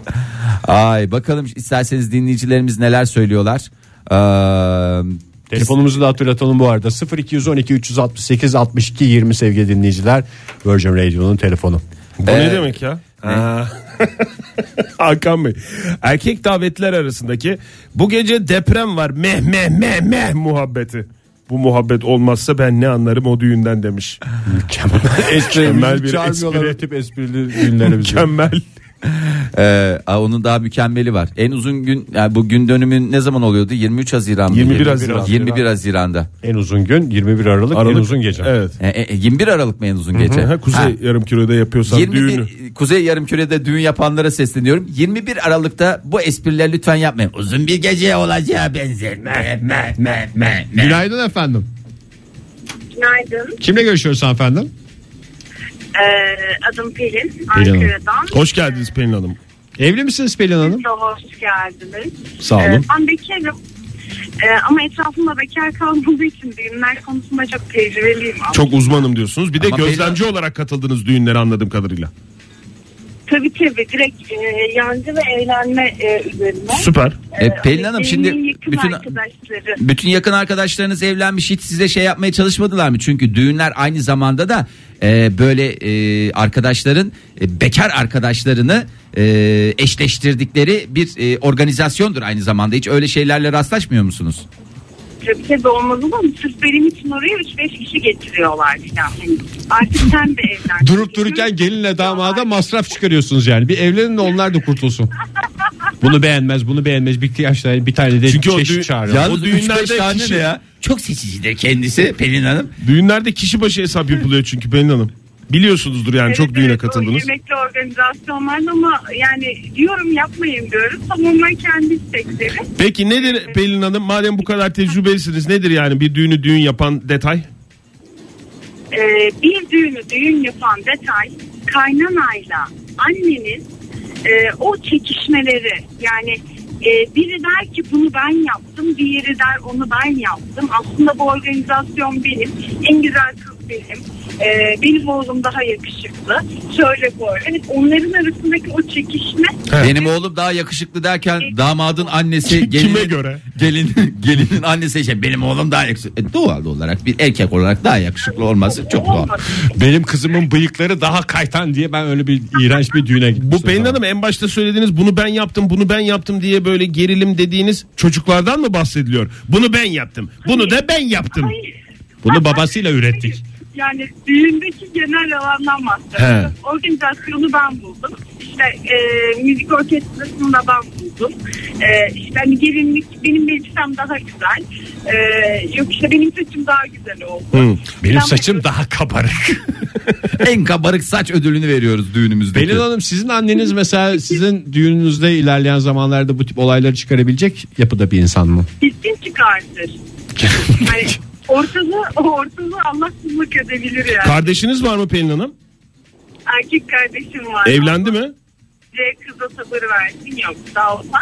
Ay bakalım isterseniz dinleyicilerimiz neler söylüyorlar. Telefonumuzu da hatırlatalım bu arada. 0212 368 62 20 sevgili dinleyiciler. Virgin Radio'nun telefonu. Bu ne demek ya? Hakan Bey, erkek davetler arasındaki bu gece deprem var meh muhabbeti. Bu muhabbet olmazsa ben ne anlarım o düğünden demiş. Mükemmel bir Çağırmıyorlar espri. o tip esprili günlerimizi. Mükemmel. Onun daha mükemmeli var. En uzun gün yani bu gün dönümü ne zaman oluyordu? 23 Haziran mı? 21 Haziran. 21 Haziran'da. En uzun gün 21 Aralık, en uzun gece. Evet. 21 Aralık mı en uzun gece? Kuzey yarımkürede yapıyorsan düğünü. Kuzey Yarımküre'de düğün yapanlara sesleniyorum. 21 Aralık'ta bu esprileri lütfen yapmayın. Uzun bir gece olacağı benzer. Günaydın efendim. Günaydın. Kimle görüşüyoruz efendim? Adım Pelin. Ankara'dan. Hoş geldiniz Pelin Hanım. Evli misiniz Pelin Hanım? Siz de hoş geldiniz. Sağ olun. Ben bekarım. Ama etrafımda bekar kalmadığı için düğünler konusunda çok tecrübeliyim. Çok uzmanım diyorsunuz. Bir de Ama gözlemci olarak katıldınız düğünlere anladığım kadarıyla. Tabii direkt yancı ve eğlenme üzerine. Süper. Pelin Hanım şimdi yakın bütün arkadaşları. bütün yakın arkadaşlarınız evlenmiş, hiç size şey yapmaya çalışmadılar mı? Çünkü düğünler aynı zamanda da böyle arkadaşların bekar arkadaşlarını eşleştirdikleri bir organizasyondur aynı zamanda. Hiç öyle şeylerle rastlaşmıyor musunuz? Tabii olmaz ama sırf benim için oraya 3-5 kişi getiriyorlar falan. Yani artık sen de evlen. Durup dururken gelinle damada masraf çıkarıyorsunuz yani. Bir evlenin de onlar da kurtulsun. Bunu beğenmez bir yaşlar bir tane de Çünkü o çeşit çağırıyor. Yalnız O düğünlerde 3-5 tane kişi- ne ya? Çok seçicidir kendisi Pelin Hanım. Düğünlerde kişi başı hesap yapılıyor çünkü Pelin Hanım. Biliyorsunuzdur yani çok düğüne katıldınız. O yemekli organizasyonlar ama yani diyorum yapmayın diyoruz. Tamamen kendi istekleri. Peki nedir Pelin Hanım? Madem bu kadar tecrübelisiniz nedir yani bir düğünü düğün yapan detay? Bir düğünü düğün yapan detay kaynanayla annenin o çekişmeleri yani biri der ki bunu ben yaptım, diğeri der onu ben yaptım. Aslında bu organizasyon benim, en güzel kız benim. Benim oğlum daha yakışıklı. Şöyle böyle. Evet, onların arasındaki o çekişme. Benim oğlum daha yakışıklı derken damadın annesi Kime göre? Gelinin annesi şey benim oğlum daha yakışıklı. Doğal olarak bir erkek olarak daha yakışıklı olması çok doğal. Benim kızımın bıyıkları daha kaytan diye ben öyle bir iğrenç bir düğüne gitmiştim. Bu Pelin Hanım en başta söylediğiniz bunu ben yaptım diye böyle gerilim dediğiniz çocuklardan mı bahsediliyor? Bunu ben yaptım. Bunu da ben yaptım. Bunu babasıyla ürettik. Yani düğündeki genel alandan bahsediyorum. Organizasyonu ben buldum. İşte müzik orkestrasını da ben buldum. İşte hani gelinlik benim elbisem daha güzel. Yok işte benim saçım daha güzel oldu. Benim saçım daha kabarık. En kabarık saç ödülünü veriyoruz düğünümüzdeki. Pelin Hanım sizin anneniz mesela sizin düğününüzde ilerleyen zamanlarda bu tip olayları çıkarabilecek yapıda bir insan mı? Kesin çıkartır. Hani ortalığı Allah kulluk edebilir yani. Kardeşiniz var mı Pelin Hanım? Erkek kardeşim var. Evlendi mi? Kıza sabır versin yok daha ufak.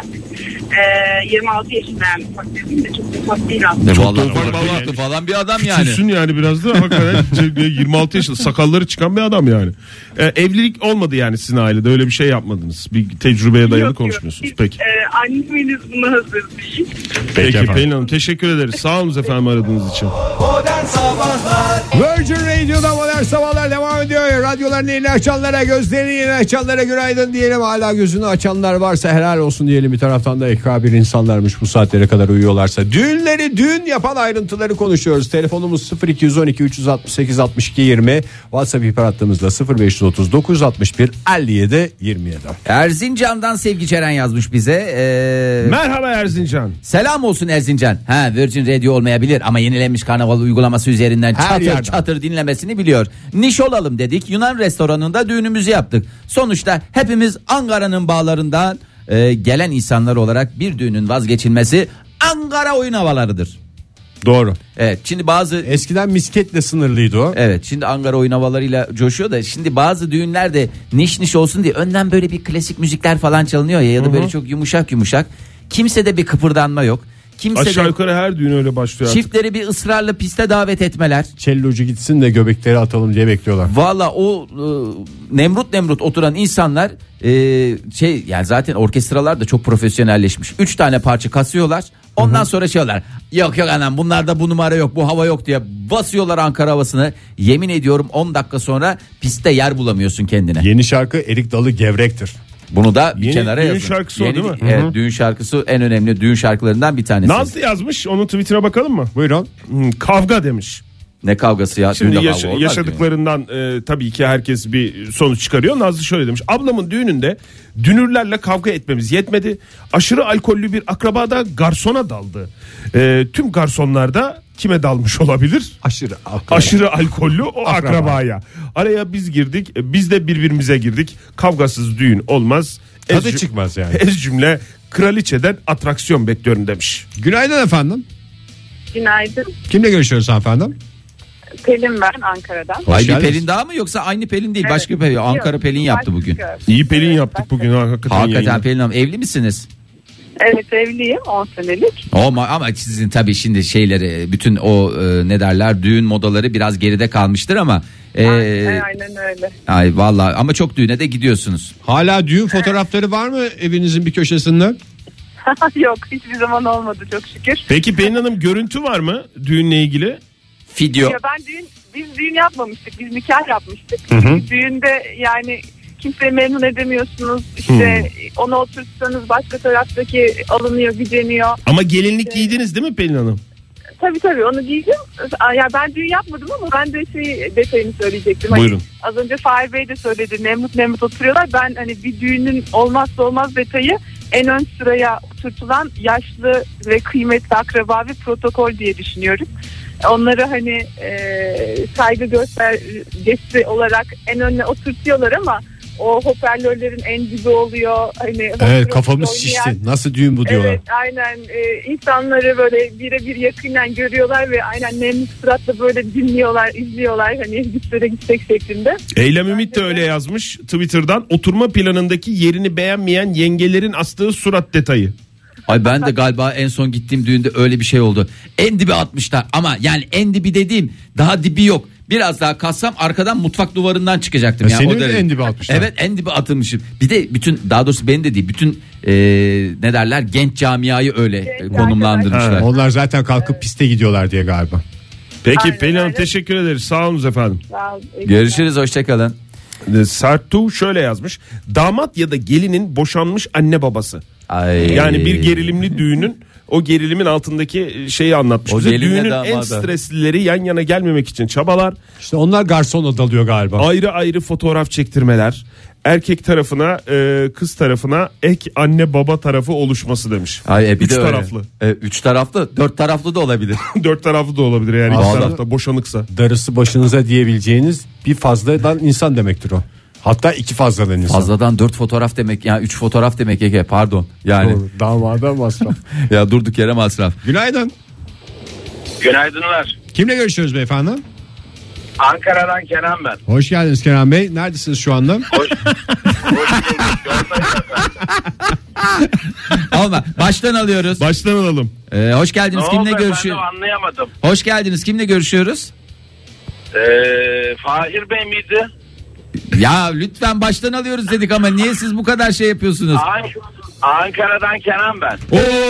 26 yaşında yani ufak dediğim de çok ufak değil aslında. Ne vallahi ufak vallahi falan bir adam yani. Küçülsün yani biraz da hakikaten 26 yaşında sakalları çıkan bir adam yani. Evlilik olmadı yani sizin ailede öyle bir şey yapmadınız. Bir tecrübeye dayalı konuşmuyorsunuz. Peki. Annemiz buna hazır değil. Peki Pelin Hanım teşekkür ederiz. Sağ olun efendim aradığınız için. Modern Sabahlar Virgin Radio'da Modern Sabahlar devam ediyor. Radyolarını yeni açanlara, gözlerini yeni açanlara günaydın diyelim. Hala gözünü açanlar varsa helal olsun diyelim. Bir taraftan da ekabir insanlarmış bu saatlere kadar uyuyorlarsa. Düğünleri düğün yapan ayrıntıları konuşuyoruz. Telefonumuz 0212 368 62 20. WhatsApp ihbar hattımızda 0539 61 57 27. Erzincan'dan Sevgi Ceren yazmış bize. Merhaba Erzincan. Selam olsun Erzincan. Virgin Radio olmayabilir ama yenilenmiş karnaval uygulaması üzerinden yerden. çatır dinlemesini biliyor. Niş olalım dedik. Yunan restoranında düğünümüzü yaptık. Sonuçta hepimiz Ankara'nın bağlarından gelen insanlar olarak bir düğünün vazgeçilmesi Ankara oyun havalarıdır. Doğru. Evet, şimdi bazı Eskiden misketle sınırlıydı o. evet şimdi Ankara oyun havalarıyla coşuyor da şimdi bazı düğünlerde niş olsun diye önden böyle bir klasik müzikler falan çalınıyor ya da böyle çok yumuşak. Kimsede bir kıpırdanma yok. Aşağı yukarı her düğün öyle başlıyor artık. Çiftleri bir ısrarla piste davet etmeler. Cellocu gitsin de göbekleri atalım diye bekliyorlar. Valla o nemrut oturan insanlar yani zaten orkestralar da çok profesyonelleşmiş. 3 tane parça kasıyorlar. Ondan sonra şeyler. Yok anam bunlarda bu numara yok, bu hava yok diye basıyorlar Ankara havasını. Yemin ediyorum 10 dakika sonra pistte yer bulamıyorsun kendine. Yeni şarkı Erik Dalı Gevrektir. Bunu da bir Yeni kenara düğün yazın. şarkısı o değil mi? Evet, düğün şarkısı en önemli düğün şarkılarından bir tanesi. Nazlı yazmış onun Twitter'a bakalım mı? Buyurun. Kavga demiş. Ne kavgası ya? Şimdi Düğünde kavga olmaz yaşadıklarından tabii ki herkes bir sonuç çıkarıyor. Nazlı şöyle demiş. Ablamın düğününde dünürlerle kavga etmemiz yetmedi. Aşırı alkollü bir akraba da garsona daldı. Tüm garsonlar da kime dalmış olabilir? Aşırı alkollü o akrabaya. Araya biz girdik. Biz de birbirimize girdik. Kavgasız düğün olmaz. Tadı çıkmaz yani. Ez cümle kraliçeden atraksiyon bekliyorum demiş. Günaydın efendim. Günaydın. Kimle görüşüyoruz efendim? Pelin ben Ankara'dan. Hoş Aynı geldiniz. Pelin daha mı yoksa aynı Pelin değil Evet. başka bir Pelin? Ankara Yok, Pelin yaptı başka. bugün. İyi Pelin Evet, yaptık başka. bugün hakikaten. Hakikaten yayında. Pelin Hanım evli misiniz? Evet evliyim 10 senelik. Ama sizin tabii şimdi şeyleri bütün o ne derler düğün modaları biraz geride kalmıştır ama Aynen öyle. ay vallahi ama çok düğüne de gidiyorsunuz. Hala düğün fotoğrafları var mı evinizin bir köşesinde? Yok hiçbir zaman olmadı çok şükür. Peki Pelin Hanım görüntü var mı düğünle ilgili? Video. Ya biz düğün yapmamıştık. Biz nikah yapmıştık. Düğünde yani kimseyi memnun edemiyorsunuz. İşte onu oturtsanız başka taraftaki alınıyor, güceniyor. Ama gelinlik giydiniz değil mi Pelin Hanım? Tabii onu giydim. Ya ben düğün yapmadım ama ben de detayını söyleyecektim. Buyurun. Hani az önce Fahir Bey de söyledi. Nemrut oturuyorlar. Ben hani bir düğünün olmazsa olmaz detayı en ön sıraya oturtulan yaşlı ve kıymetli akraba ve protokol diye düşünüyorum. Onları hani saygı göstergesi olarak en önüne oturtuyorlar ama o hoparlörlerin en dibi oluyor. Hani Evet, kafamız şişti. Nasıl düğün bu diyorlar. Evet aynen insanları böyle birebir yakından görüyorlar ve aynen nemli suratla böyle dinliyorlar, izliyorlar hani gitsene gitsek şeklinde. Eylem Ümit de öyle yazmış Twitter'dan. Oturma planındaki yerini beğenmeyen yengelerin astığı surat detayı. Ay ben de galiba en son gittiğim düğünde öyle bir şey oldu. En dibi atmışlar ama yani en dibi dediğim daha dibi yok. Biraz daha kassam arkadan mutfak duvarından çıkacaktım. Yani Senin o de derece. en dibi atmışlar. Evet en dibi atılmışım. Bir de bütün daha doğrusu benim de değil bütün ne derler genç camiayı öyle konumlandırmışlar. Onlar zaten kalkıp piste gidiyorlar diye galiba. Peki Aynen Pelin Hanım öyle. teşekkür ederiz. Sağ olun efendim. Görüşürüz hoşçakalın. Sertu şöyle yazmış. Damat ya da gelinin boşanmış anne babası. Ay. Yani bir gerilimli düğünün o gerilimin altındaki şeyi anlatmış. O Bize gelinle düğünün en damada. streslileri yan yana gelmemek için çabalar. İşte onlar garsona dalıyor galiba. Ayrı ayrı fotoğraf çektirmeler. Erkek tarafına kız tarafına ek anne baba tarafı oluşması demiş. Ay, bir Üç de öyle. taraflı. 3 taraflı 4 taraflı da olabilir. 4 taraflı da olabilir yani iki Vallahi. tarafta boşanıksa. Darısı başınıza diyebileceğiniz bir fazladan insan demektir o. Hatta iki fazladan insan. Fazladan 4 fotoğraf demek ya 3 fotoğraf demek Ege pardon. Yani Doğru, damada masraf. ya durduk yere masraf. Günaydın. Günaydınlar. Kimle görüşüyoruz beyefendi? Ankara'dan Kenan ben. Hoş geldiniz Kenan Bey. Neredesiniz şu anda? Hoş bulduk. Yoldayım efendim. Ama baştan alıyoruz. Baştan alalım. Hoş geldiniz. Ne Kimle oldu görüşüyoruz? efendim, anlayamadım. Hoş geldiniz. Kimle görüşüyoruz? Fahir Bey miydi? Ya lütfen baştan alıyoruz dedik ama niye siz bu kadar şey yapıyorsunuz? Ankara'dan Kenan ben.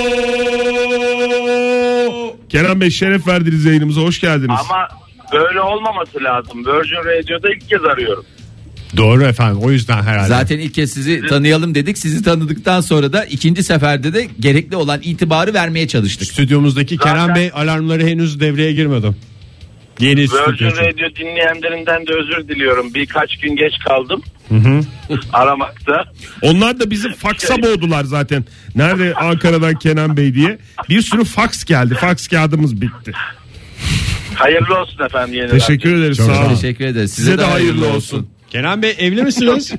Kenan Bey şeref verdiniz yayınımıza, hoş geldiniz. Ama böyle olmaması lazım. Virgin Radio'da ilk kez arıyorum. Doğru efendim, o yüzden herhalde. Zaten ilk kez sizi tanıyalım dedik. Sizi tanıdıktan sonra da ikinci seferde de gerekli olan itibarı vermeye çalıştık. Stüdyomuzdaki Zaten- Kenan Bey alarmları henüz devreye girmedi. Yeni Virgin stüdyo. Radio dinleyenlerinden de özür diliyorum. Birkaç gün geç kaldım. Aramakta. Onlar da bizi faksa boğdular zaten. Nerede Ankara'dan Kenan Bey diye. Bir sürü faks geldi. Faks kağıdımız bitti. Hayırlı olsun efendim yeni Teşekkür radyo. ederiz. Çok Sağ sağ olun. olun. Teşekkür ederiz. Size de hayırlı olsun. Kenan Bey evli misiniz?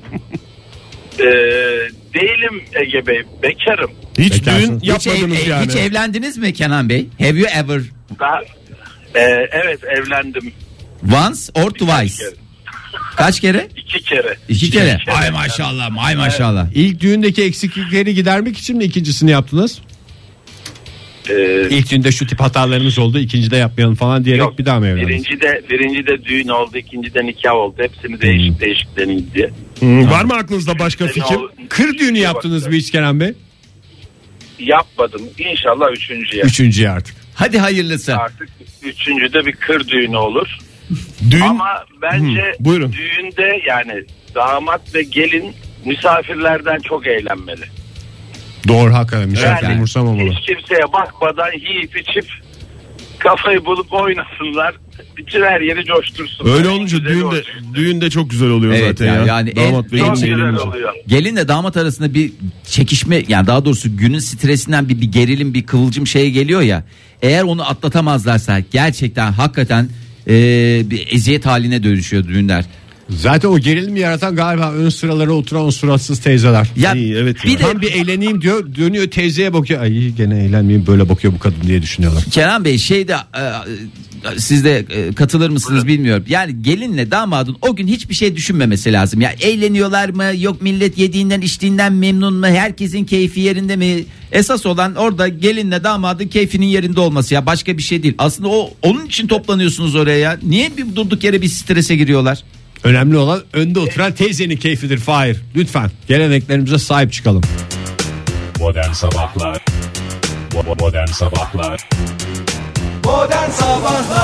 Değilim Ege Bey. Bekarım. Hiç Bekarsınız. düğün yapmadınız yani. Hiç evlendiniz mi Kenan Bey? Have you ever Daha, evet evlendim. once or twice? kere. Kaç kere? 2 kere. 2 kere. Ay maşallah, ay maşallah. İlk düğündeki eksiklikleri gidermek için mi ikincisini yaptınız? İlk düğünde şu tip hatalarımız oldu, ikincide yapmayalım falan diyerek Yok, bir daha mı evlendiniz? birinci de düğün oldu, ikinci de nikah oldu. Hepsini değişik denildi. Var mı aklınızda başka fikir? Kır düğünü yaptınız mı hiç Kenan Bey? Yapmadım. İnşallah üçüncüye. Üçüncüye artık. Hadi hayırlısı. Artık üçüncüde bir kır düğünü olur. Düğün Ama bence buyurun. düğünde yani damat ve gelin misafirlerden çok eğlenmeli. Doğru, hakikaten misafir Yani umursamamalı. hiç kimseye bakmadan yiyip içip kafayı bulup oynasınlar. Bütün her yeri coştursunlar. Öyle En olunca güzeli o çünkü. düğünde çok güzel oluyor Evet zaten ya, ya. yani Damat ve en Çok gelin güzel eğleniyor. oluyor. Gelinle damat arasında bir çekişme, yani daha doğrusu günün stresinden bir gerilim, bir kıvılcım şey geliyor ya. Eğer onu atlatamazlarsa gerçekten hakikaten bir eziyet haline dönüşüyor düğünler. Zaten o gerilimi yaratan galiba ön sıralara oturan o suratsız teyzeler. Ya İyi, evet bir ya. de Tam bir eğleneyim diyor, dönüyor teyzeye bakıyor. Ay gene eğlenmeyeyim, böyle bakıyor bu kadın diye düşünüyorlar. Kenan Bey siz de katılır mısınız bilmiyorum. Yani gelinle damadın o gün hiçbir şey düşünmemesi lazım. Ya eğleniyorlar mı? Yok millet yediğinden içtiğinden memnun mu? Herkesin keyfi yerinde mi? Esas olan orada gelinle damadın keyfinin yerinde olması ya, başka bir şey değil. Aslında onun için toplanıyorsunuz oraya ya. Niye bir durduk yere bir strese giriyorlar? Önemli olan önde oturan teyzenin keyfidir Fahir. Lütfen geleneklerimize sahip çıkalım. Modern Sabahlar. Modern Sabahlar. Modern Sabahlar